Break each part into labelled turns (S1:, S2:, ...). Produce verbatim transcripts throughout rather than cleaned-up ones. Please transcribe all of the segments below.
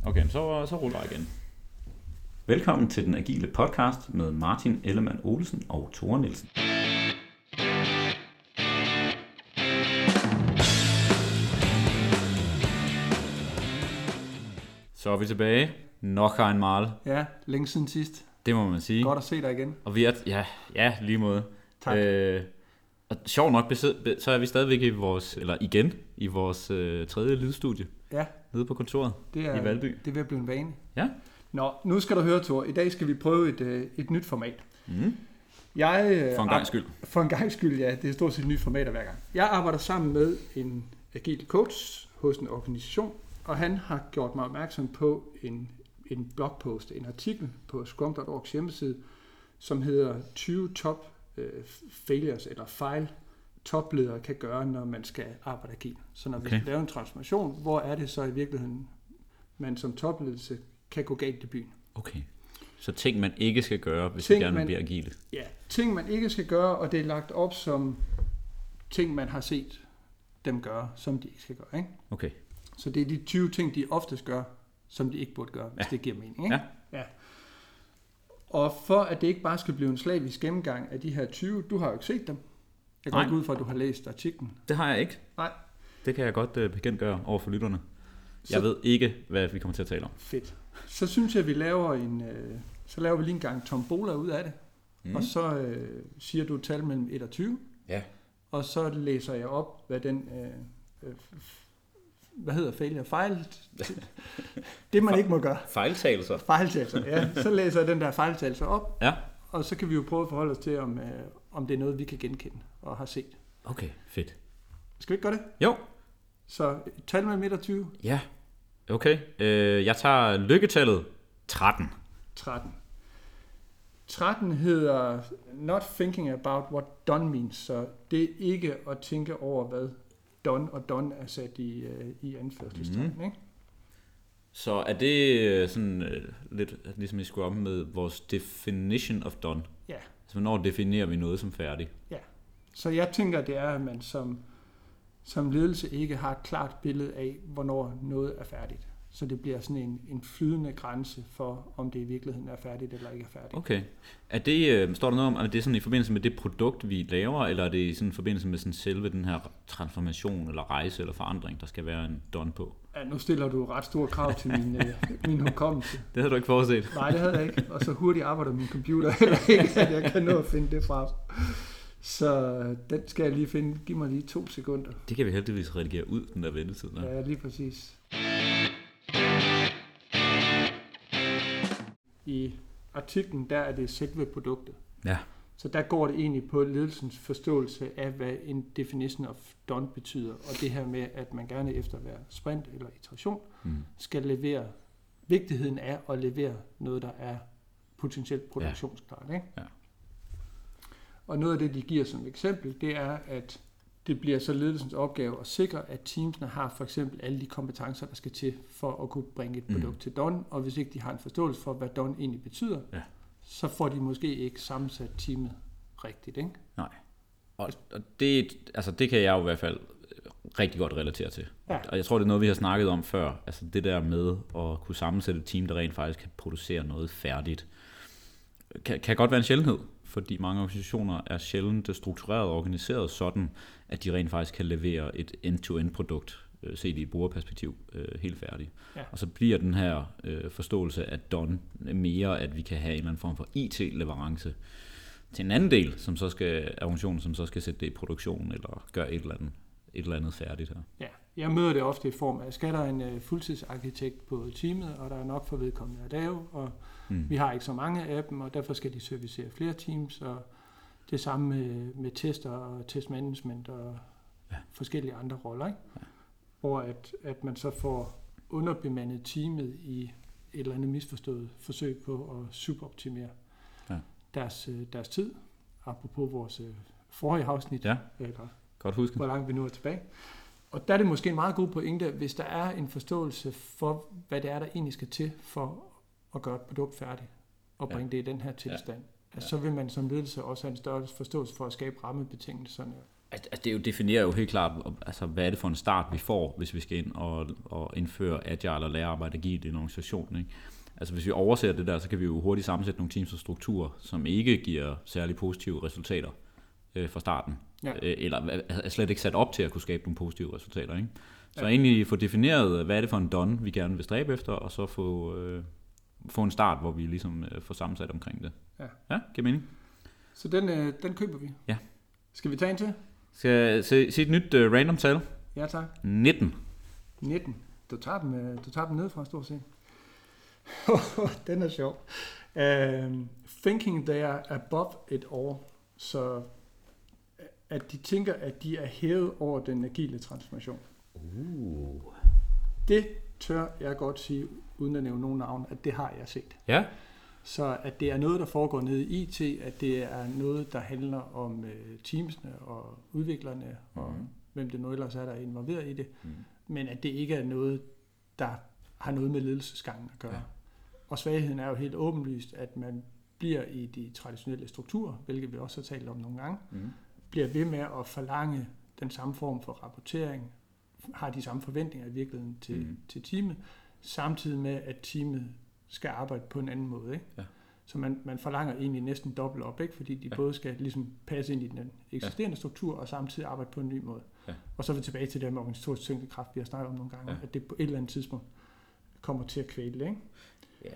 S1: Okay, så, så ruller jeg igen. Velkommen til den agile podcast med Martin Ellemann Olsen og Tore Nielsen. Så er vi tilbage. Nok en mal.
S2: Ja, længe siden sidst.
S1: Det må man sige.
S2: Godt at se dig igen.
S1: Og vi er, ja, ja lige måde.
S2: Tak.
S1: Øh, og sjovt nok, så er vi stadigvæk i vores, eller igen, i vores øh, tredje lydstudie.
S2: Ja.
S1: Nede på kontoret
S2: det er,
S1: i Valby.
S2: Det er ved at blive en vane.
S1: Ja.
S2: Nå, nu skal du høre, Thor. I dag skal vi prøve et, et nyt format.
S1: Mm.
S2: Jeg,
S1: for en gang skyld.
S2: For en gang skyld, ja. Det er stort set et nyt format hver gang. Jeg arbejder sammen med en agil coach hos en organisation, og han har gjort mig opmærksom på en, en blogpost, en artikel på scrum punktum orgs hjemmeside, som hedder tyve top uh, failures, eller fejl, topledere kan gøre, når man skal arbejde agilt. Så når okay. vi skal lave en transformation, hvor er det så i virkeligheden, man som topledelse kan gå galt i byen.
S1: Okay. Så ting, man ikke skal gøre, hvis
S2: ting,
S1: vi gerne vil
S2: man,
S1: blive agile.
S2: Ja, ting, man ikke skal gøre, og det er lagt op som ting, man har set dem gøre, som de ikke skal gøre. Ikke?
S1: Okay.
S2: Så det er de tyve ting, de oftest gør, som de ikke burde gøre, hvis ja. det giver mening. Ikke?
S1: Ja.
S2: Ja. Og for at det ikke bare skal blive en slavisk gennemgang af de her tyve, du har jo ikke set dem. Jeg går ikke ud fra, at du har læst artiklen.
S1: Det har jeg ikke.
S2: Nej.
S1: Det kan jeg godt uh, bekendtgøre over for lytterne. Så, jeg ved ikke, hvad vi kommer til at tale om.
S2: Fedt. Så synes jeg, at vi laver en, øh, så laver vi lige en gang tombola ud af det. Mm. Og så øh, siger du et tal mellem et og tyve.
S1: Ja.
S2: Og så læser jeg op, hvad den, øh, øh, hvad hedder failure? Fejl? Det man ikke må gøre.
S1: Fejltagelser.
S2: Fejltagelser, ja. Så læser jeg den der fejltagelse op.
S1: Ja.
S2: Og så kan vi jo prøve at forholde os til, om, øh, om det er noget, vi kan genkende og har set.
S1: Okay, fedt.
S2: Skal vi ikke gøre det?
S1: Jo.
S2: Så et tal mellem et og tyve.
S1: Ja, okay. Øh, jeg tager lykketallet tretten.
S2: tretten. tretten hedder not thinking about what done means. Så det er ikke at tænke over, hvad done og done er sat i, uh, i anførselstegn. Mm. Ikke?
S1: Så er det sådan uh, lidt ligesom I skulle om med vores definition of done?
S2: Ja.
S1: Så hvornår definerer vi noget som færdig?
S2: Ja. Så jeg tænker, det er, at man som, som ledelse ikke har et klart billede af, hvornår noget er færdigt. Så det bliver sådan en, en flydende grænse for, om det i virkeligheden er færdigt eller ikke er færdigt.
S1: Okay. Er det, står der noget om, at det er sådan i forbindelse med det produkt, vi laver, eller er det i sådan forbindelse med sådan selve den her transformation, eller rejse, eller forandring, der skal være en done på?
S2: Ja, nu stiller du ret store krav til min, øh, min hukommelse.
S1: Det havde du ikke forudset.
S2: Nej, det havde jeg ikke. Og så hurtigt arbejder min computer heller ikke, at jeg kan nå at finde det fra. Så den skal jeg lige finde. Giv mig lige to sekunder.
S1: Det kan vi heldigvis redigere ud, den der ventetid. Der.
S2: Ja, lige præcis. I artiklen, der er det selve produktet.
S1: Ja.
S2: Så der går det egentlig på ledelsens forståelse af, hvad en definition of done betyder. Og det her med, at man gerne efter hver sprint eller iteration mm. skal levere vigtigheden af at levere noget, der er potentielt produktionsklart. Ikke?
S1: Ja.
S2: Og noget af det, de giver som eksempel, det er, at det bliver så ledelsens opgave at sikre, at teamsene har for eksempel alle de kompetencer, der skal til for at kunne bringe et produkt mm. til done. Og hvis ikke de har en forståelse for, hvad done egentlig betyder, ja. så får de måske ikke sammensat teamet rigtigt. Ikke?
S1: Nej. Og det, altså det kan jeg jo i hvert fald rigtig godt relatere til. Ja. Og jeg tror, det er noget, vi har snakket om før. Altså det der med at kunne sammensætte et team, der rent faktisk kan producere noget færdigt, kan, kan godt være en sjældenhed. Fordi mange organisationer er sjældent struktureret og organiseret sådan, at de rent faktisk kan levere et end-to-end produkt, øh, set i et brugerperspektiv, øh, helt færdigt. Ja. Og så bliver den her øh, forståelse af done mere, at vi kan have en eller anden form for I T-leverance til en anden del, som så skal, af organisationen, som så skal sætte det i produktion, eller gøre et eller andet, et eller andet færdigt her.
S2: Ja, jeg møder det ofte i form af, skal der en uh, fuldtidsarkitekt på teamet, og der er nok for vedkommende at lave, og mm. vi har ikke så mange af dem, og derfor skal de servicere flere teams, og det samme med, med tester og testmanagement og ja. forskellige andre roller, ikke? Ja. Hvor at, at man så får underbemandet teamet i et eller andet misforstået forsøg på at suboptimere ja. deres, deres tid, apropos vores forrige afsnit,
S1: ja.
S2: eller
S1: godt huske.
S2: hvor langt vi nu er tilbage. Og der er det måske en meget god pointe, hvis der er en forståelse for, hvad det er, der egentlig skal til for at gøre et produkt færdigt, og bringe ja. det i den her tilstand. Ja. Altså, så vil man som ledelse også have en større forståelse for at skabe rammebetingelserne
S1: Altså, det jo definerer jo helt klart, altså, hvad er det for en start, vi får, hvis vi skal ind og, og indføre agile og lærerarbejde agile i en organisation. Ikke? Altså, hvis vi overser det der, så kan vi jo hurtigt sammensætte nogle teams og strukturer, som ikke giver særlig positive resultater øh, fra starten. Ja. Øh, eller er slet ikke sat op til at kunne skabe nogle positive resultater. Ikke? Så ja. Egentlig få defineret, hvad er det for en done, vi gerne vil stræbe efter, og så få, øh, få en start, hvor vi ligesom øh, får sammensat omkring det. Ja, ja, giver mening.
S2: Så den, øh, den køber vi.
S1: Ja.
S2: Skal vi tage en til?
S1: Skal jeg se, se et nyt uh, random tal?
S2: Ja, tak.
S1: nitten.
S2: nitten. Du tager dem, uh, du tager dem ned fra stort set. Den er sjov. Uh, thinking they are above it all. Så at de tænker, at de er hævet over den agile transformation.
S1: Uh.
S2: Det tør jeg godt sige, uden at nævne nogen navn, at det har jeg set.
S1: Ja.
S2: Så at det er noget, der foregår nede i I T, at det er noget, der handler om øh, teamsene og udviklerne, mm. og hvem det nu ellers er, der er involveret i det, mm. men at det ikke er noget, der har noget med ledelsesgangen at gøre. Ja. Og svagheden er jo helt åbenlyst, at man bliver i de traditionelle strukturer, hvilket vi også har talt om nogle gange, mm. bliver ved med at forlange den samme form for rapportering, har de samme forventninger i virkeligheden til, mm. til teamet, samtidig med, at teamet skal arbejde på en anden måde. Ikke? Ja. Så man, man forlanger egentlig næsten dobbelt op, ikke? Fordi de ja. både skal ligesom passe ind i den eksisterende ja. struktur, og samtidig arbejde på en ny måde. Ja. Og så er vi tilbage til det med organisatorisk tyngdekraft, vi har snakket om nogle gange, ja. at det på et eller andet tidspunkt kommer til at kvæle. Ikke? Ja.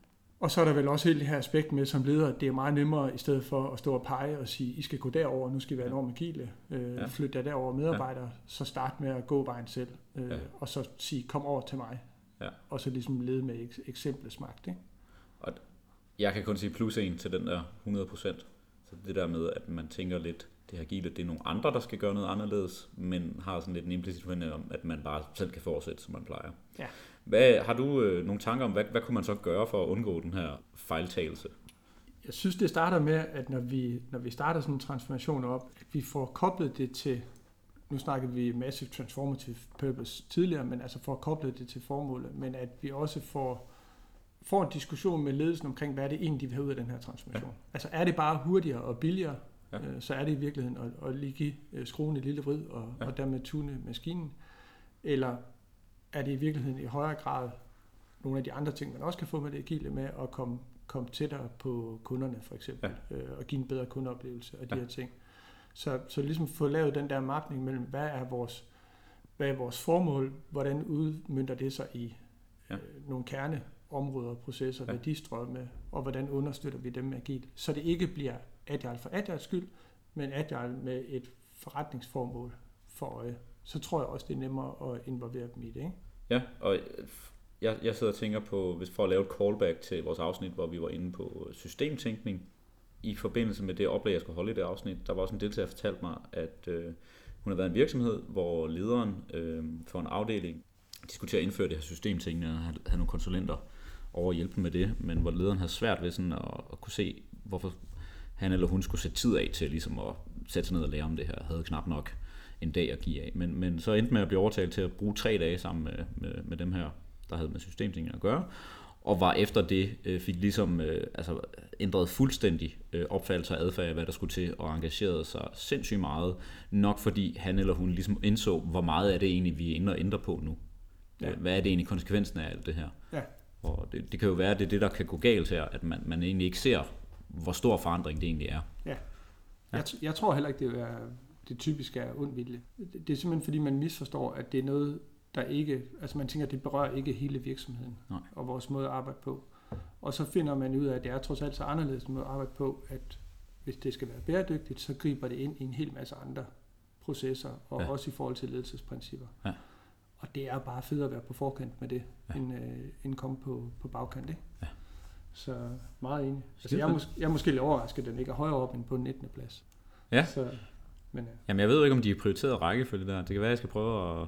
S2: Og så er der vel også hele det her aspekt med som leder, at det er meget nemmere, i stedet for at stå og pege og sige, I skal gå derover, nu skal I være enormt agile, øh, ja. flytte jer derover medarbejdere, ja. så start med at gå vejen selv, øh, ja. og så sige, kom over til mig. Ja. Og så ligesom lede med eks- eksemplets magt. Ikke?
S1: Og jeg kan kun sige plus en til den der hundrede procent. Så det der med, at man tænker lidt, det her agile, det er nogle andre, der skal gøre noget anderledes, men har sådan lidt en implicit forventning om, at man bare selv kan fortsætte, som man plejer. Ja. Hvad, har du øh, nogle tanker om, hvad, hvad kunne man så gøre for at undgå den her fejltagelse?
S2: Jeg synes, det starter med, at når vi, når vi starter sådan en transformation op, at vi får koblet det til, nu snakkede vi Massive Transformative Purpose tidligere, men altså får koblet det til formålet, men at vi også får, får en diskussion med ledelsen omkring, hvad er det egentlig, de vil have ud af den her transformation. Ja. Altså er det bare hurtigere og billigere, ja. øh, så er det i virkeligheden at, at lige give øh, skruen et lille vrid og, ja. og dermed tune maskinen, eller er det i virkeligheden i højere grad nogle af de andre ting, man også kan få med det agile med at komme, komme tættere på kunderne for eksempel, ja. øh, og give en bedre kundeoplevelse og de ja. her ting. Så, så ligesom få lavet den der mapning mellem, hvad er vores, hvad er vores formål, hvordan udmønter det sig i ja. øh, nogle kerneområder, processer, ja. værdistrømme, og hvordan understøtter vi dem med agile. Så det ikke bliver agile for agiles skyld, men agile med et forretningsformål for øje. Så tror jeg også, det er nemmere at involvere dem i det. Ikke?
S1: Ja, og jeg, jeg sidder og tænker på, hvis for at lave et callback til vores afsnit, hvor vi var inde på systemtænkning, i forbindelse med det oplæg, jeg skulle holde i det afsnit, der var også en deltager, der fortalte mig, at øh, hun har været i en virksomhed, hvor lederen øh, for en afdeling diskuterer at indføre det her systemtænkning, og havde nogle konsulenter over at hjælpe med det, men hvor lederen havde svært ved sådan at, at kunne se, hvorfor han eller hun skulle sætte tid af til ligesom at sætte sig ned og lære om det her, havde knap nok en dag at give af. Men, men så endte med at blive overtalt til at bruge tre dage sammen med, med, med dem her, der havde med systemtænkning at gøre, og var efter det øh, fik ligesom øh, altså ændret fuldstændig øh, opfattelse af adfærd af, hvad der skulle til, og engagerede sig sindssygt meget, nok fordi han eller hun ligesom indså, hvor meget er det egentlig, vi er inde og ændre på nu. Ja. Hvad er det egentlig konsekvensen af alt det her? Ja. Og det, det kan jo være, at det er det, der kan gå galt her, at man, man egentlig ikke ser, hvor stor forandring det egentlig er.
S2: Ja. Ja. Jeg, jeg tror heller ikke, det er det typisk er ond vilje. Det, det er simpelthen, fordi man misforstår, at det er noget, der ikke, altså man tænker, at det berører ikke hele virksomheden. Nej. Og vores måde at arbejde på. Og så finder man ud af, at det er trods alt så anderledes måde at arbejde på, at hvis det skal være bæredygtigt, så griber det ind i en hel masse andre processer, og ja. også i forhold til ledelsesprincipper. Ja. Og det er bare fedt at være på forkant med det, ja. end, øh, end komme på, på bagkant. Ikke? Ja. Så meget enig. Altså, jeg, er mås- jeg er måske lidt overrasket, at den ikke er højere op end på den nittende plads.
S1: Ja.
S2: Så, men, øh.
S1: Jamen jeg ved jo ikke, om de er prioriteret rækkefølge der. Det kan være, at jeg skal prøve at...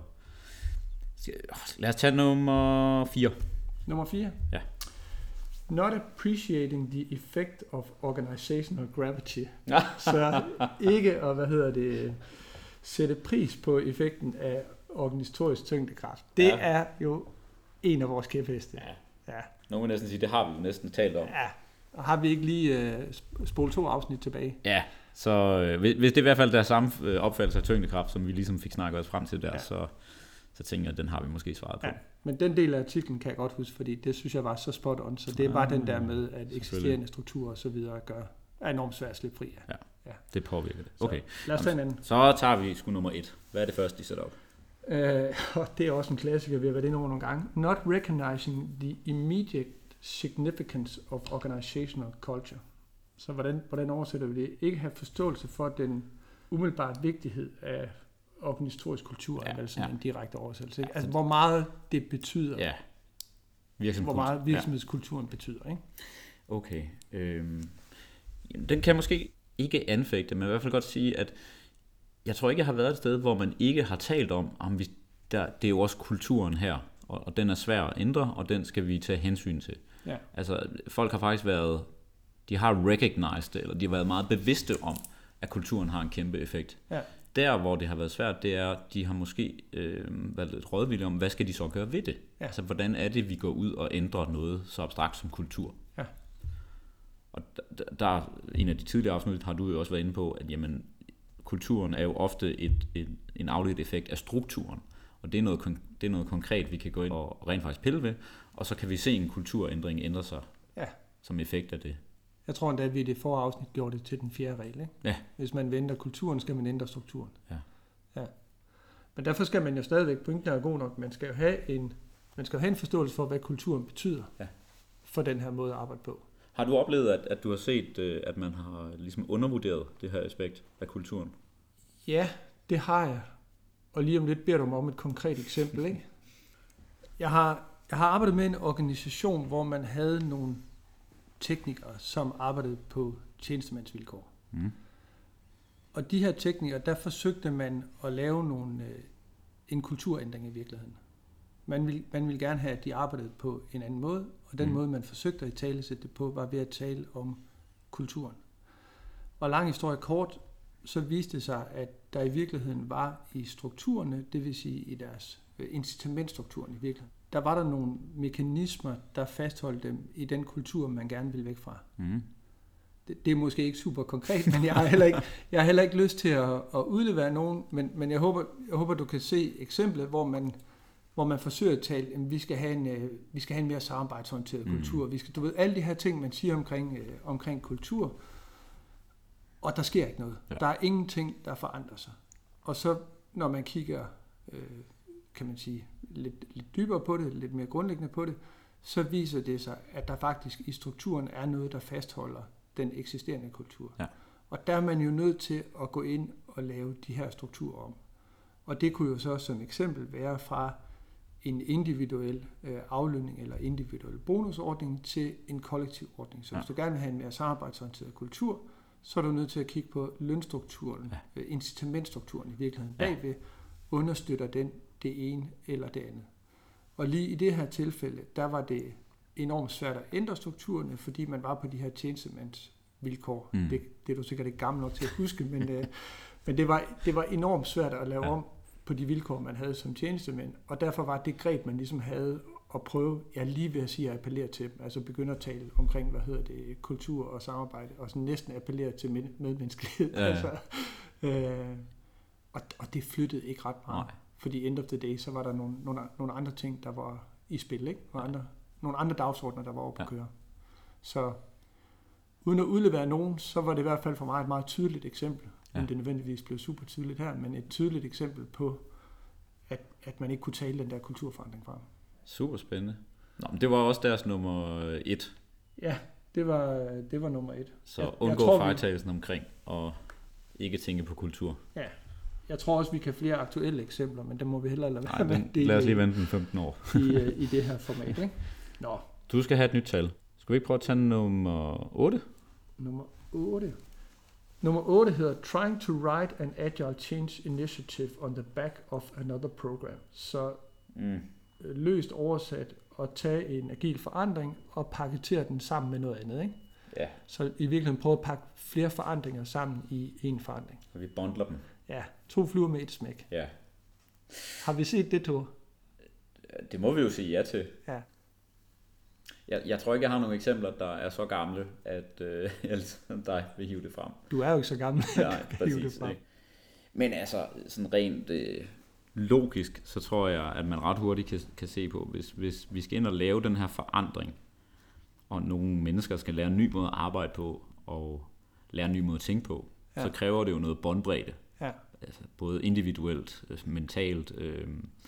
S1: Lad os tage nummer fire.
S2: Nummer fire?
S1: Ja.
S2: Not appreciating the effect of organizational gravity. Så ikke at, hvad hedder det, sætte pris på effekten af organisatorisk tyngdekraft. Det ja. er jo en af vores kæpheste.
S1: Ja. Ja. Nogen vil næsten sige, det har vi jo næsten talt om.
S2: Ja. Og har vi ikke lige øh, spolet to afsnit tilbage?
S1: Ja, så øh, hvis det er i hvert fald der samme opfattelse af tyngdekraft, som vi ligesom fik snakket os frem til der, ja. så, så tænker jeg, at den har vi måske svaret på. Ja.
S2: Men den del af artiklen kan jeg godt huske, fordi det synes jeg var så spot on, så det er bare ah, den der med, at eksisterende strukturer og så videre gør, er enormt svært at slippe fri af.
S1: Ja. Ja, det påvirker det. Okay.
S2: Så lad os tage en anden.
S1: Så tager vi sgu nummer et. Hvad er det første, de sætter op?
S2: Uh, det er også en klassiker, vi har været inde over nogle gange. Not recognizing the immediate significance of organizational culture. Så hvordan, hvordan oversætter vi det? Ikke have forståelse for den umiddelbare vigtighed af organisatorisk kultur, ja, er vel sådan ja. en direkte oversættelse. Ikke? Altså, hvor meget det betyder.
S1: Ja.
S2: Hvor meget virksomhedskulturen ja. betyder. Ikke?
S1: Okay. Øhm, den kan måske ikke anfægte, men i hvert fald godt sige, at jeg tror ikke, jeg har været et sted, hvor man ikke har talt om, om vi, der, det er jo også kulturen her, og, og den er svær at ændre, og den skal vi tage hensyn til. Ja. Altså, folk har faktisk været, de har recognized det, eller de har været meget bevidste om, at kulturen har en kæmpe effekt. Ja. Der, hvor det har været svært, det er, de har måske øh, været lidt rådvillige om, hvad skal de så gøre ved det? Ja. Altså, hvordan er det, vi går ud og ændrer noget så abstrakt som kultur? Ja. Og der, der, en af de tidligere afsnit har du jo også været inde på, at jamen, kulturen er jo ofte et, et, en afledt effekt af strukturen. Og det er, noget, det er noget konkret, vi kan gå ind og rent faktisk pille ved, og så kan vi se en kulturændring ændre sig ja. som effekt af det.
S2: Jeg tror endda, at vi i det forrige afsnit gjorde det til den fjerde regel. Ikke? Ja. Hvis man vil ændre kulturen, skal man ændre strukturen. Ja. Ja. Men derfor skal man jo stadigvæk, pointen er god nok, man skal jo have en, man skal have en forståelse for, hvad kulturen betyder ja. for den her måde at arbejde på.
S1: Har du oplevet, at, at du har set, at man har ligesom undervurderet det her aspekt af kulturen?
S2: Ja, det har jeg. Og lige om lidt beder du mig om et konkret eksempel. Ikke? Jeg, har, jeg har arbejdet med en organisation, hvor man havde nogle teknikere, som arbejdede på tjenestemandsvilkår. Mm. Og de her teknikere, der forsøgte man at lave nogle, en kulturændring i virkeligheden. Man ville, man ville gerne have, at de arbejdede på en anden måde, og den mm. måde, man forsøgte at italesætte det på, var ved at tale om kulturen. Og lang historie kort, så viste det sig, at der i virkeligheden var i strukturerne, det vil sige i deres incitamentstrukturen i virkeligheden, der var der nogle mekanismer, der fastholdt dem i den kultur, man gerne ville væk fra. Mm. Det, det er måske ikke super konkret, men jeg har heller ikke, jeg har heller ikke lyst til at, at udlevere nogen, men, men jeg, håber, jeg håber, du kan se eksemplet, hvor man hvor man forsøger at tale, at vi skal have en, vi skal have en mere samarbejdsorienteret mm. kultur. Vi skal, du ved, alle de her ting, man siger omkring, øh, omkring kultur, og der sker ikke noget. Ja. Der er ingenting, der forandrer sig. Og så, når man kigger, øh, kan man sige, lidt, lidt dybere på det, lidt mere grundlæggende på det, så viser det sig, at der faktisk i strukturen er noget, der fastholder den eksisterende kultur. Ja. Og der er man jo nødt til at gå ind og lave de her strukturer om. Og det kunne jo så som eksempel være fra en individuel øh, aflønning eller individuel bonusordning til en kollektiv ordning. Så ja. hvis du gerne vil have en mere samarbejdsorienteret kultur, så er du nødt til at kigge på lønstrukturen, ja. øh, incitamentstrukturen i virkeligheden bagved, ja. understøtter den det ene eller det andet. Og lige i det her tilfælde, der var det enormt svært at ændre strukturerne, fordi man var på de her tjenestemandsvilkår. Mm. Det, det er du sikkert ikke gammel nok til at huske, men, øh, men det, var, det var enormt svært at lave ja. om på de vilkår, man havde som tjenestemænd. Og derfor var det greb, man ligesom havde at prøve, jeg lige ved at sige at appellere til dem, altså begynde at tale omkring, hvad hedder det, kultur og samarbejde, og sådan næsten appellere til med, medmenneskelighed. Ja. altså, øh, og, og det flyttede ikke ret meget. Nej. Fordi end of the day, så var der nogle, nogle, nogle andre ting, der var i spil, ikke? Nogle, andre, nogle andre dagsordner, der var oppe på køre. Så uden at udlevere nogen, så var det i hvert fald for mig et meget tydeligt eksempel. Ja. Men det nødvendigvis blev super tydeligt her, men et tydeligt eksempel på, at, at man ikke kunne tale den der kulturforandring frem.
S1: Super spændende. Nå, men det var også deres nummer et.
S2: Ja, det var, det var nummer et.
S1: Så jeg, undgå jeg fejltagelsen vi... omkring og ikke tænke på kultur.
S2: Ja, jeg tror også, vi kan flere aktuelle eksempler, men det må vi hellere lade
S1: være med. Det lad os lige vente den femten år.
S2: i, I det her format, ikke? Nå.
S1: Du skal have et nyt tal. Skal vi ikke prøve at tage nummer otte?
S2: Nummer otte. Nummer otte hedder Trying to write an agile change initiative on the back of another program. Så mm. løst oversat at tage en agil forandring og paketere den sammen med noget andet, ikke? Ja. Så i virkeligheden prøve at pakke flere forandringer sammen i en forandring.
S1: Og vi bundler dem.
S2: Ja, to fluer med et smæk.
S1: Ja.
S2: Har vi set det, Thor?
S1: Det må vi jo sige ja til.
S2: Ja.
S1: Jeg, jeg tror ikke, jeg har nogle eksempler, der er så gamle, at øh, jeg ligesom dig vil hive det frem.
S2: Du er jo ikke så gammel, at
S1: Nej,
S2: du kan hive det
S1: præcis,
S2: frem.
S1: Ikke? Men altså, sådan rent øh, logisk, så tror jeg, at man ret hurtigt kan, kan se på, hvis, hvis vi skal ind og lave den her forandring, og nogle mennesker skal lære en ny måde at arbejde på, og lære en ny måde at tænke på, ja. så kræver det jo noget båndbredde. Ja. Altså, både individuelt, mentalt, øh,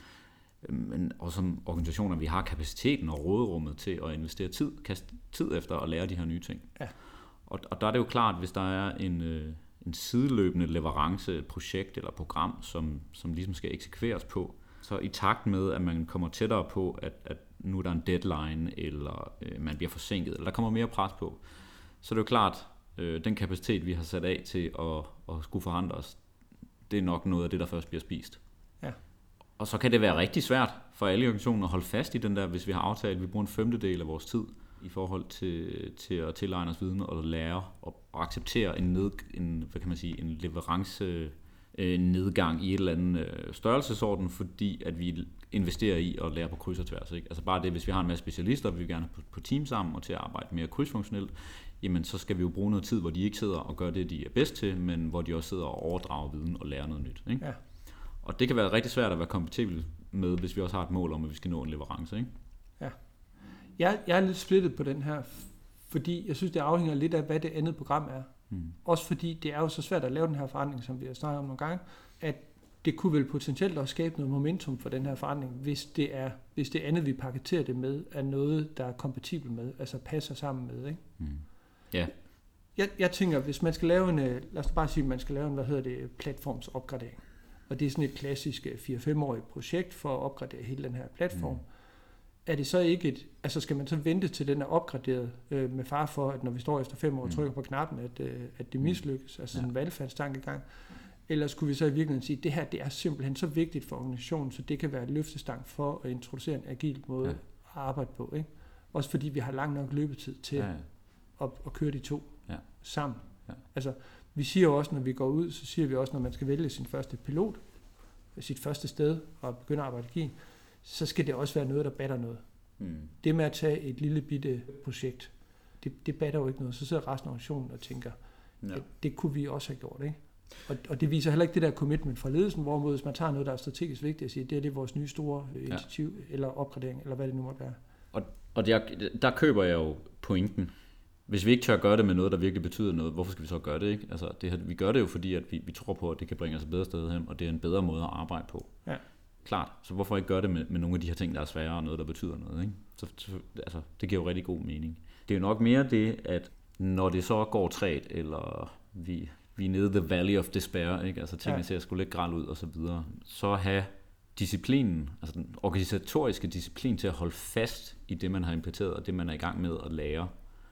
S1: men også som organisationer, vi har kapaciteten og råderummet til at investere tid, kaste tid efter at lære de her nye ting. Ja. Og, og der er det jo klart, hvis der er en, øh, en sideløbende leverance, et projekt eller program, som, som ligesom skal eksekveres på, så i takt med, at man kommer tættere på, at, at nu er der en deadline, eller øh, man bliver forsinket, eller der kommer mere pres på, så er det jo klart, øh, den kapacitet, vi har sat af til at, at skulle forandre os, det er nok noget af det, der først bliver spist. Ja. Og så kan det være rigtig svært for alle organisationer at holde fast i den der, hvis vi har aftalt, at vi bruger en femtedel af vores tid i forhold til, til at tilegne os viden og lære og acceptere en, ned, en, hvad kan man sige, en leverance en nedgang i et eller andet størrelsesorden, fordi at vi investerer i at lære på kryds og tværs. Ikke? Altså bare det, hvis vi har en masse specialister, og vi vil gerne på, på team sammen og til at arbejde mere krydsfunktionelt, jamen så skal vi jo bruge noget tid, hvor de ikke sidder og gør det, de er bedst til, men hvor de også sidder og overdrager viden og lærer noget nyt. Ikke? Ja. Og det kan være rigtig svært at være kompatibel med, hvis vi også har et mål om, at vi skal nå en leverance. Ikke?
S2: Ja. Jeg, jeg er lidt splittet på den her, fordi jeg synes, det afhænger lidt af, hvad det andet program er. Hmm. Også fordi det er jo så svært at lave den her forandring, som vi har snakket om nogle gange, at det kunne vel potentielt også skabe noget momentum for den her forandring, hvis det er, hvis det andet, vi paketerer det med, er noget, der er kompatibel med, altså passer sammen med. Ikke?
S1: Hmm. Yeah.
S2: Jeg, jeg tænker, hvis man skal lave en, lad os bare sige, at man skal lave en, hvad hedder det, platformsopgradering, og det er sådan et klassisk fire-fem-årigt projekt for at opgradere hele den her platform, hmm. er det så ikke et, altså skal man så vente til den er opgraderet øh, med far for, at når vi står efter fem år og trykker på knappen, at, øh, at det mislykkes, altså sådan en valgfaldstankegang, eller skulle vi så i virkeligheden sige, at det her det er simpelthen så vigtigt for organisationen, så det kan være et løftestang for at introducere en agil måde ja. at arbejde på, ikke? Også fordi vi har lang nok løbetid til ja, ja. At, at køre de to ja. sammen. Ja. Altså, vi siger jo også, når vi går ud, så siger vi også, når man skal vælge sin første pilot, sit første sted og begynde at arbejde agil, så skal det også være noget, der batter noget. Mm. Det med at tage et lille bitte projekt, det, det batter jo ikke noget. Så sidder resten af organisationen og tænker, ja. at det kunne vi også have gjort. Ikke? Og, og det viser heller ikke det der commitment fra ledelsen, hvorimod hvis man tager noget, der er strategisk vigtigt, og siger, det er det vores nye store initiativ, ja. eller opgradering, eller hvad det nu måtte være.
S1: Og, og der, der køber jeg jo pointen. Hvis vi ikke tør gøre det med noget, der virkelig betyder noget, hvorfor skal vi så gøre det? Ikke? Altså, det, vi gør det jo, fordi at vi, vi tror på, at det kan bringe os et bedre sted hen, og det er en bedre måde at arbejde på. Ja. Klart, så hvorfor ikke gøre det med, med nogle af de her ting, der er svære, og noget, der betyder noget, ikke? Så, så, altså, det giver jo rigtig god mening. Det er jo nok mere det, at når det så går træt, eller vi, vi er nede i the valley of despair, ikke? Altså tingene ja. ser sgu lidt græld ud, og så videre, så have disciplinen, altså den organisatoriske disciplin til at holde fast i det, man har implementeret, og det, man er i gang med at lære,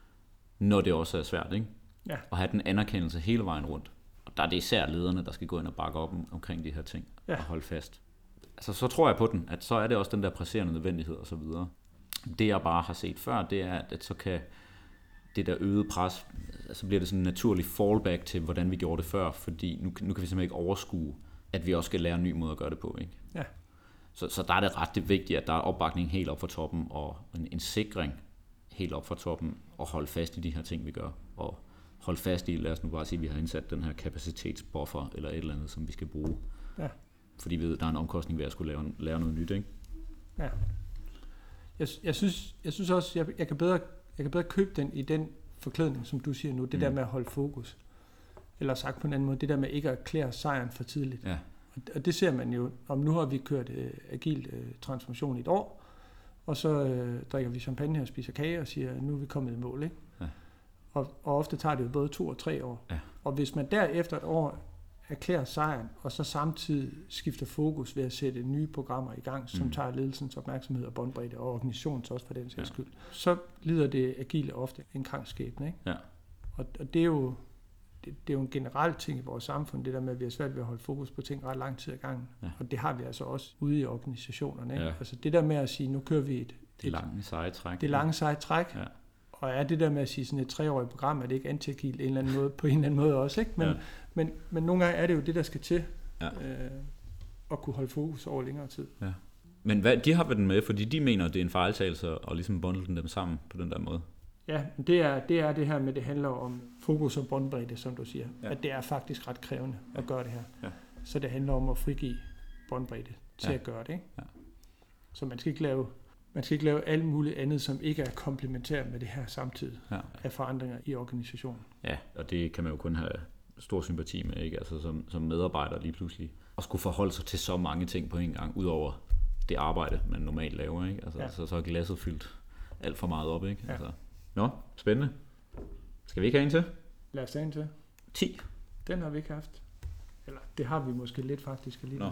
S1: når det også er svært, ikke? Ja. Og have den anerkendelse hele vejen rundt. Og der er det især lederne, der skal gå ind og bakke op om, omkring de her ting, ja. og holde fast. Altså, så tror jeg på den, at så er det også den der presserende nødvendighed og så videre. Det jeg bare har set før, det er, at så kan det der øgede pres, så bliver det sådan en naturlig fallback til, hvordan vi gjorde det før, fordi nu, nu kan vi simpelthen ikke overskue, at vi også skal lære en ny måde at gøre det på. Ikke? Ja. Så, så der er det ret det vigtigt, at der er opbakning helt op fra toppen, og en, en sikring helt op fra toppen, og holde fast i de her ting, vi gør, og holde fast i, lad os nu bare sige, at vi har indsat den her kapacitetsbuffer, eller et eller andet, som vi skal bruge. Ja. Fordi vi ved, at der er en omkostning ved at skulle lave, lære noget nyt, ikke?
S2: Ja. Jeg, jeg, synes, jeg synes også, jeg, jeg, kan bedre, jeg kan bedre købe den i den forklædning, som du siger nu. Det mm. der med at holde fokus. Eller sagt på en anden måde, det der med ikke at erklære sejren for tidligt. Ja. Og, og det ser man jo, om nu har vi kørt uh, agil uh, transformation i et år, og så uh, drikker vi champagne og spiser kage og siger, nu er vi kommet i mål, ikke? Ja. Og, og ofte tager det jo både to og tre år. Ja. Og hvis man derefter et år erklærer sejren, og så samtidig skifter fokus ved at sætte nye programmer i gang, som mm. tager ledelsens opmærksomhed og båndbredde, og organisationens også for den sags skyld, ja. så lider det agile ofte en krankskæbne. Ikke? Ja. Og, og det er jo det, det er jo en generel ting i vores samfund, det der med, at vi har svært ved at holde fokus på ting ret lang tid ad gangen. Ja. Og det har vi altså også ude i organisationerne. Ikke? Ja. Altså det der med at sige, nu kører vi et...
S1: Det lange seje træk.
S2: Det lange seje træk. Ja. Og er det der med at sige sådan et treårigt program, er det ikke anti-agil en eller anden måde, på en eller anden måde også, ikke? Men, ja. men, men nogle gange er det jo det, der skal til, ja. øh, at kunne holde fokus over længere tid. Ja.
S1: Men hvad, de har været den med, fordi de mener, at det er en fejltagelse at ligesom bundle dem sammen på den der måde.
S2: Ja, det er, det er det her med, det handler om fokus og båndbredde, som du siger. Ja. At det er faktisk ret krævende at gøre det her. Ja. Så det handler om at frigive båndbredde til ja. at gøre det. Ikke? Ja. Så man skal ikke lave, man skal ikke lave alt muligt andet, som ikke er komplementært med det her samtidig ja. af forandringer i organisationen.
S1: Ja, og det kan man jo kun have stor sympati med, ikke? Altså som, som medarbejder lige pludselig. Og skulle forholde sig til så mange ting på en gang, udover det arbejde, man normalt laver. Ikke? Altså, ja. så, så er glasset fyldt alt for meget op. Ikke? Ja. Altså. Nå, spændende. Skal vi ikke have en til?
S2: Lad os tage en til.
S1: ti.
S2: Den har vi ikke haft. Eller det har vi måske lidt faktisk alligevel.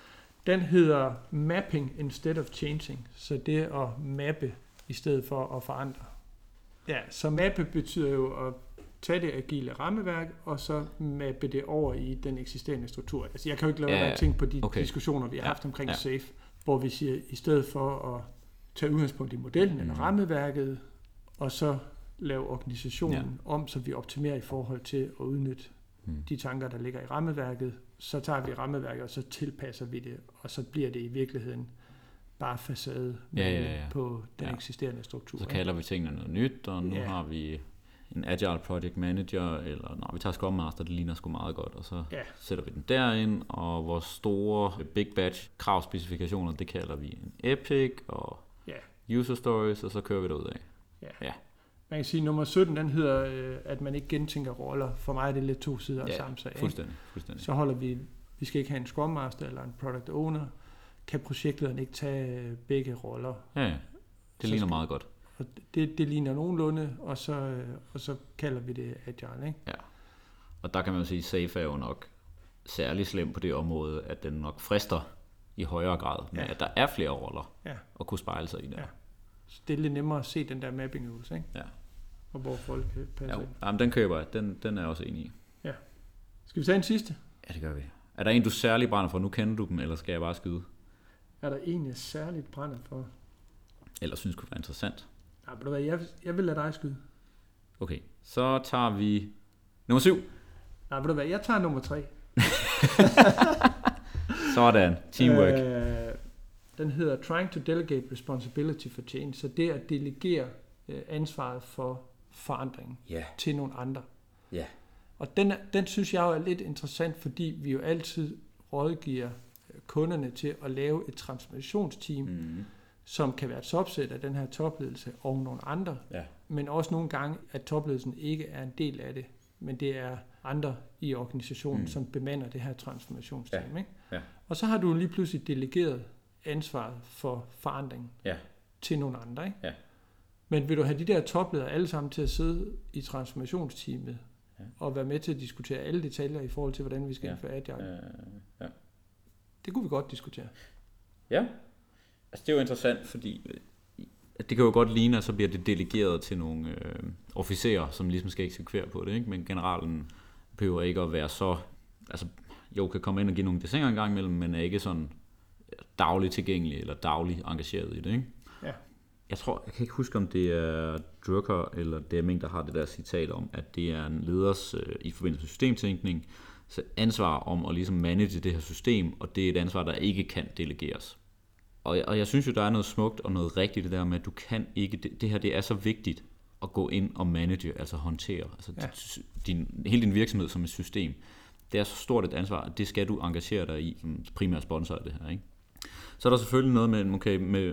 S2: Den hedder mapping instead of changing. Så det er at mappe i stedet for at forandre. Ja, så mappe betyder jo at tage det agile rammeværk, og så mappe det over i den eksisterende struktur. Altså jeg kan jo ikke lade være ja, at tænke på de okay. diskussioner, vi har haft omkring ja. SAFe, hvor vi siger, i stedet for at tage udgangspunkt i modellen mm. eller rammeværket, og så lave organisationen ja. om, så vi optimerer i forhold til at udnytte mm. de tanker, der ligger i rammeværket. Så tager vi rammeværket, og så tilpasser vi det, og så bliver det i virkeligheden bare facade ja, ja, ja. på den ja. eksisterende struktur.
S1: Så kalder vi tingene noget nyt, og nu ja. har vi en agile project manager, eller nej, vi tager Scrum Master, det ligner sgu meget godt, og så ja. sætter vi den derind, og vores store big batch kravspecifikationer, det kalder vi en epic, og ja. user stories, og så kører vi derud af.
S2: Ja. ja. Man kan sige, at nummer sytten, den hedder, at man ikke gentænker roller. For mig er det lidt to sider af ja, samme sag.
S1: Fuldstændig, fuldstændig.
S2: Så holder vi, vi skal ikke have en Scrum Master eller en Product Owner. Kan projektlederen ikke tage begge roller?
S1: Ja, ja. Det ligner skal, meget godt.
S2: Og det, det ligner nogenlunde, og så, og så kalder vi det agile, ikke?
S1: Ja, og der kan man jo sige, at SAFe er jo nok særlig slem på det område, at den nok frister i højere grad, med ja. at der er flere roller ja. at kunne spejle sig i det. Ja.
S2: Så det er lidt nemmere at se den der mapping-øvelse, ikke? Ja. Og hvor folk passer
S1: ja, ind. Jamen, den køber jeg. Den, den er jeg også enig i.
S2: Ja. Skal vi tage en sidste?
S1: Ja, det gør vi. Er der en, du særligt brænder for? Nu kender du dem, eller skal jeg bare skyde?
S2: Er der en, jeg særligt brænder for?
S1: Eller synes kunne være interessant?
S2: Nej, ved du hvad, jeg, jeg vil lade dig skyde.
S1: Okay, så tager vi nummer syv.
S2: Nej, ved du hvad, jeg tager nummer tre.
S1: Sådan, teamwork.
S2: Øh, den hedder Trying to Delegate Responsibility for Change. Så det er at delegere øh, ansvaret for forandringen yeah. til nogle andre.
S1: Yeah.
S2: Og den, den synes jeg jo er lidt interessant, fordi vi jo altid rådgiver kunderne til at lave et transformationsteam, mm. som kan være et subset af den her topledelse og nogle andre. Yeah. Men også nogle gange, at topledelsen ikke er en del af det, men det er andre i organisationen, mm. som bemander det her transformationsteam. Yeah. Ikke? Yeah. Og så har du lige pludselig delegeret ansvaret for forandringen yeah. til nogle andre. Ikke? Yeah. Men vil du have de der topledere alle sammen til at sidde i transformationsteamet ja. og være med til at diskutere alle detaljer i forhold til, hvordan vi skal ja. indføre agile? Uh, ja. Det kunne vi godt diskutere.
S1: Ja, altså det er jo interessant, fordi det kan jo godt ligne, at så bliver det delegeret til nogle øh, officerer, som ligesom skal eksekvere på det, ikke? Men generalen behøver ikke at være så, altså jo kan komme ind og give nogle designer en gang imellem, men er ikke sådan dagligt tilgængelig eller dagligt engageret i det, ikke? Ja. Jeg tror, jeg kan ikke huske, om det er Drucker eller Deming, der har det der citat om, at det er en leders øh, i forbindelse med systemtænkning, så ansvar om at ligesom manage det her system, og det er et ansvar, der ikke kan delegeres. Og jeg, og jeg synes jo, der er noget smukt og noget rigtigt det der med, at du kan ikke, det, det her det er så vigtigt at gå ind og manage, altså håndtere, altså ja. din, hele din virksomhed som et system. Det er så stort et ansvar, at det skal du engagere dig i, som primær sponsor af det her, ikke? Så er der selvfølgelig noget med, okay, med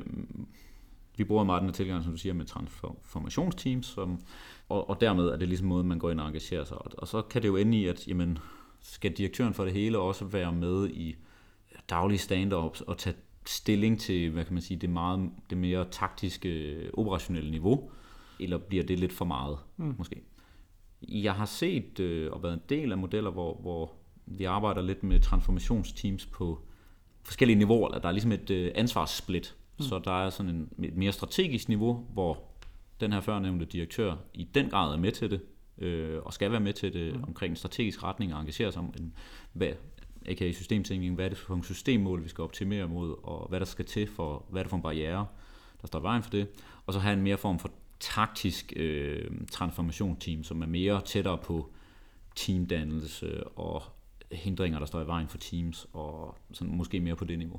S1: vi bruger meget den her tilgang, som du siger, med transformationsteams, som, og, og dermed er det ligesom måden, man går ind og engagerer sig. Og, og så kan det jo ende i, at jamen, skal direktøren for det hele også være med i daglige stand-ups og tage stilling til, hvad kan man sige, det, meget, det mere taktiske, operationelle niveau, eller bliver det lidt for meget, mm. måske? Jeg har set øh, og været en del af modeller, hvor, hvor vi arbejder lidt med transformationsteams på forskellige niveauer, eller der er ligesom et øh, ansvarssplit. Mm. Så der er sådan en, et mere strategisk niveau, hvor den her førnævnte direktør i den grad er med til det, øh, og skal være med til det mm. omkring en strategisk retning og engagere sig om, en, hvad, aka systemtænkning, hvad er det for en systemmål, vi skal optimere mod, og hvad der skal til for, hvad er det for en barriere, der står i vejen for det, og så have en mere form for taktisk øh, transformationsteam, som er mere tættere på teamdannelse og hindringer, der står i vejen for teams, og sådan måske mere på det niveau.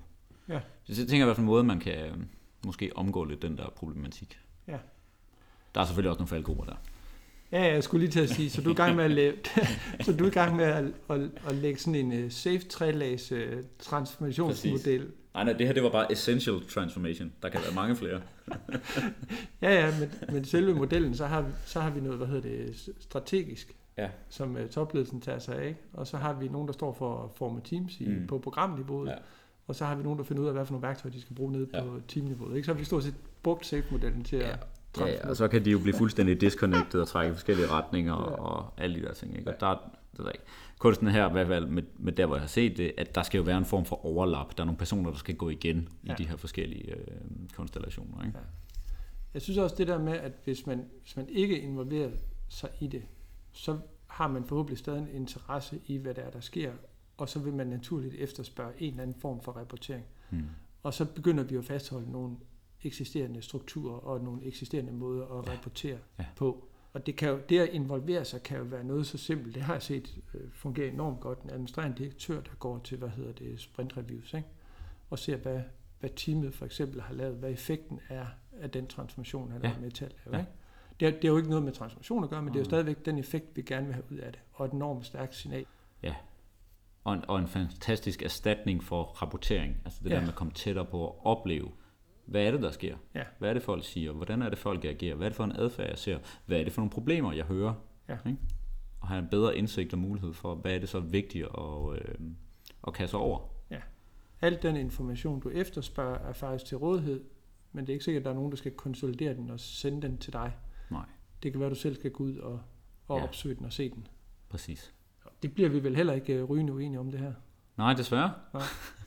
S1: Ja. Så jeg tænker i hvert fald en måde, man kan øh, måske omgå lidt den der problematik.
S2: Ja.
S1: Der er selvfølgelig også nogle faldgrupper der.
S2: Ja, jeg skulle lige til at sige, så du er i gang med at, lave, så du er i gang med at, at, at lægge sådan en uh, safe tre-lags uh, transformationsmodel.
S1: Nej, nej, det her det var bare essential transformation. Der kan være mange flere.
S2: ja, ja, men, men selve modellen, så har, vi, så har vi noget, hvad hedder det, strategisk,
S1: ja.
S2: som uh, topledelsen tager sig af. Og så har vi nogen, der står for at forme teams i, mm. på programniveauet. Ja. Og så har vi nogen, der finder ud af, hvad for nogle værktøjer, de skal bruge nede ja. på teamniveauet. Ikke? Så har vi stort set brugt safe-modellen til at...
S1: Ja. Ja, og så kan de jo blive fuldstændig disconnected og trække i forskellige retninger og, ja. og alle de der ting. Ikke? Og der, der er ikke. Kunsten her, i hvert fald med, med der, hvor jeg har set det, at der skal jo være en form for overlap. Der er nogle personer, der skal gå igen ja. i de her forskellige øh, konstellationer. Ikke? Ja.
S2: Jeg synes også det der med, at hvis man, hvis man ikke involverer sig i det, så har man forhåbentlig stadig en interesse i, hvad der er, der sker, og så vil man naturligt efterspørge en eller anden form for rapportering. Hmm. Og så begynder vi at fastholde nogle eksisterende strukturer og nogle eksisterende måder at ja. rapportere ja. på. Og det, kan jo, det at involvere sig kan jo være noget så simpelt. Det har jeg set øh, fungere enormt godt. En administrerende direktør, der går til, hvad hedder det, sprintreviews, ikke? Og ser, hvad, hvad teamet for eksempel har lavet, hvad effekten er af den transformation, han ja. er med til at lave. Ja. Ikke? Det, er, det er jo ikke noget med transformation at gøre, men mm. det er jo stadigvæk den effekt, vi gerne vil have ud af det. Og et enormt stærkt signal.
S1: Ja, og en, og en fantastisk erstatning for rapportering. Altså det ja. der med at komme tættere på at opleve, hvad er det, der sker? Ja. Hvad er det, folk siger? Hvordan er det, folk agerer? Hvad er det for en adfærd, jeg ser? Hvad er det for nogle problemer, jeg hører? Ja. Ikke? Og have en bedre indsigt og mulighed for, hvad er det så vigtigt at, øh, at kaste over?
S2: Ja. Al den information, du efterspørger, er faktisk til rådighed, men det er ikke sikkert, at der er nogen, der skal konsolidere den og sende den til dig.
S1: Nej.
S2: Det kan være, at du selv skal gå ud og, og ja. opsøge den og se den.
S1: Præcis.
S2: Det bliver vi vel heller ikke rygende uenige om det her.
S1: Nej, desværre. Nej.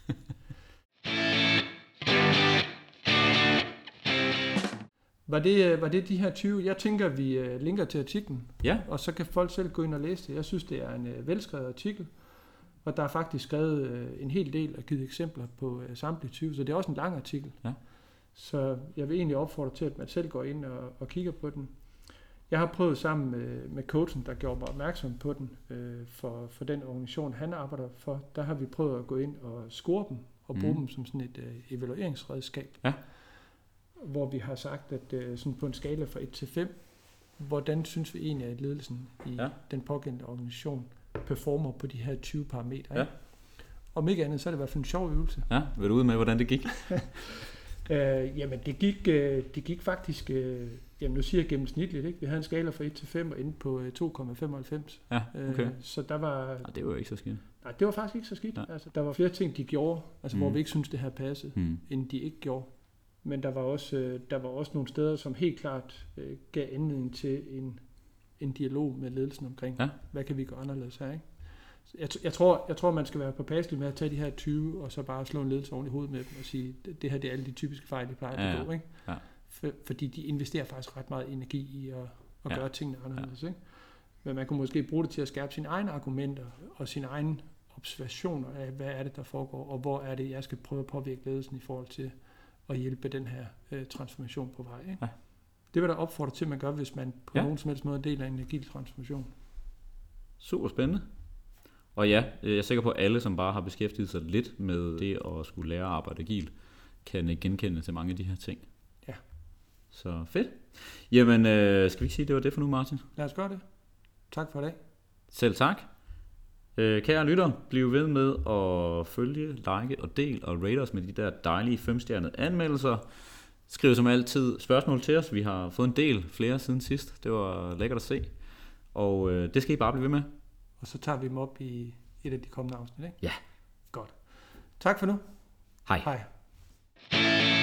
S2: Var det, var det de her tyve? Jeg tænker, vi linker til artiklen,
S1: ja.
S2: og så kan folk selv gå ind og læse det. Jeg synes, det er en velskrevet artikel, og der er faktisk skrevet en hel del og givet eksempler på samtlige tyve, så det er også en lang artikel.
S1: Ja.
S2: Så jeg vil egentlig opfordre til, at man selv går ind og, og kigger på den. Jeg har prøvet sammen med, med coachen, der gjorde mig opmærksom på den, øh, for, for den organisation, han arbejder for. Der har vi prøvet at gå ind og score dem, og bruge mm. dem som sådan et øh, evalueringsredskab.
S1: Ja.
S2: Hvor vi har sagt, at øh, sådan på en skala fra et til fem, hvordan synes vi egentlig, at ledelsen i ja. den pågældende organisation performer på de her tyve parametre. Ja. Om ikke andet, så er det i hvert fald en sjov øvelse.
S1: Ja, vil du ud med, hvordan det gik?
S2: øh, jamen, det gik, øh, det gik faktisk, øh, jamen nu siger jeg gennemsnitligt, ikke? Vi havde en skala fra et til fem og inde på øh, to komma femoghalvfems.
S1: Ja, okay.
S2: Øh, så der var...
S1: Nej, det var jo ikke så skidt.
S2: Nej, det var faktisk ikke så skidt. Altså, der var flere ting, de gjorde, altså, mm. hvor vi ikke synes det her passede, mm. end de ikke gjorde. Men der var også, øh, der var også nogle steder, som helt klart øh, gav anledning til en, en dialog med ledelsen omkring, ja. hvad kan vi gøre anderledes her, ikke? Jeg, jeg, tror, jeg tror, man skal være påpasselig med at tage de her tyve, og så bare slå en ledelse oven i hovedet med dem og sige, det, det her det er alle de typiske fejl, de plejer at begå, ikke?
S1: Ja.
S2: For, fordi de investerer faktisk ret meget energi i at, at ja. gøre tingene anderledes, ja. ikke? Men man kunne måske bruge det til at skærpe sine egne argumenter og sine egne observationer af, hvad er det, der foregår, og hvor er det, jeg skal prøve at påvirke ledelsen i forhold til at hjælpe den her øh, transformation på vej. Ikke? Ja. Det vil der opfordre til, at man gør, hvis man på ja. nogen som helst måde deler en agil transformation.
S1: Super spændende. Og ja, jeg er sikker på, at alle, som bare har beskæftiget sig lidt med det at skulle lære at arbejde agilt, kan genkende til mange af de her ting.
S2: Ja.
S1: Så fedt. Jamen, øh, skal vi ikke sige, at det var det for nu, Martin?
S2: Lad os gøre det. Tak for i dag.
S1: Selv tak. Øh, kære lytter, bliv ved med at følge, like og del og rate os med de der dejlige femstjernede anmeldelser. Skriv som altid spørgsmål til os. Vi har fået en del flere siden sidst. Det var lækkert at se. Og øh, det skal I bare blive ved med.
S2: Og så tager vi dem op i et af de kommende afsnit, ikke?
S1: Ja.
S2: Godt. Tak for nu.
S1: Hej.
S2: Hej.